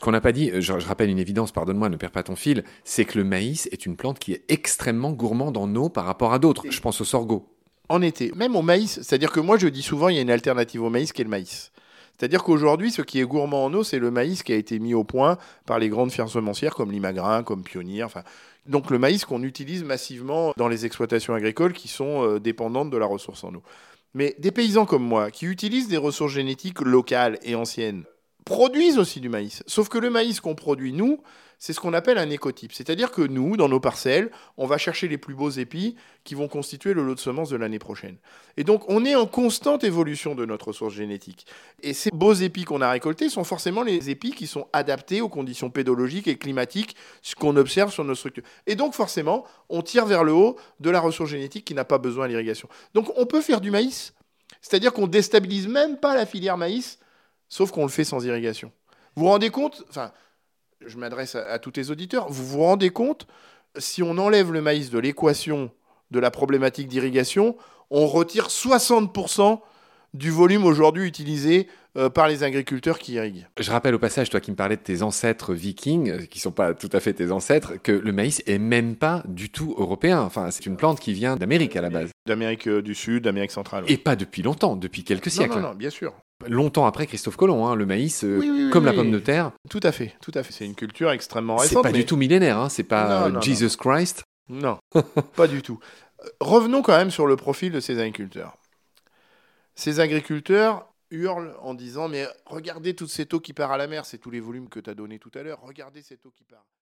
qu'on n'a pas dit, je rappelle une évidence, pardonne-moi, ne perds pas ton fil, c'est que le maïs est une plante qui est extrêmement gourmande en eau par rapport à d'autres. Je pense au sorgho. En été, même au maïs, c'est-à-dire que moi je dis souvent il y a une alternative au maïs qui est le maïs. C'est-à-dire qu'aujourd'hui, ce qui est gourmand en eau, c'est le maïs qui a été mis au point par les grandes fermes semencières comme Limagrain, comme Pionnier. Enfin, donc le maïs qu'on utilise massivement dans les exploitations agricoles qui sont dépendantes de la ressource en eau. Mais des paysans comme moi, qui utilisent des ressources génétiques locales et anciennes, produisent aussi du maïs. Sauf que le maïs qu'on produit, nous, c'est ce qu'on appelle un écotype. C'est-à-dire que nous, dans nos parcelles, on va chercher les plus beaux épis qui vont constituer le lot de semences de l'année prochaine. Et donc, on est en constante évolution de notre ressource génétique. Et ces beaux épis qu'on a récoltés sont forcément les épis qui sont adaptés aux conditions pédologiques et climatiques, ce qu'on observe sur nos structures. Et donc, forcément, on tire vers le haut de la ressource génétique qui n'a pas besoin d'irrigation. Donc, on peut faire du maïs. C'est-à-dire qu'on ne déstabilise même pas la filière maïs, sauf qu'on le fait sans irrigation. Vous vous rendez compte, enfin, je m'adresse à tous tes auditeurs, vous vous rendez compte, si on enlève le maïs de l'équation de la problématique d'irrigation, on retire 60% du volume aujourd'hui utilisé par les agriculteurs qui irriguent. Je rappelle au passage, toi qui me parlais de tes ancêtres vikings, qui sont pas tout à fait tes ancêtres, que le maïs est même pas du tout européen. Enfin, c'est une plante qui vient d'Amérique à la base. D'Amérique du Sud, d'Amérique centrale. Et pas depuis longtemps, depuis quelques siècles. Non, bien sûr. Longtemps après Christophe Colomb, hein, le maïs, Oui, comme la pomme de terre. Tout à fait. C'est une culture extrêmement C'est récente. pas du tout millénaire, hein, c'est pas Non, Jesus Christ. Non, pas du tout. Revenons quand même sur le profil de ces agriculteurs. Ces agriculteurs hurlent en disant « Mais regardez toute cette eau qui part à la mer, c'est tous les volumes que tu as donnés tout à l'heure, regardez cette eau qui part. »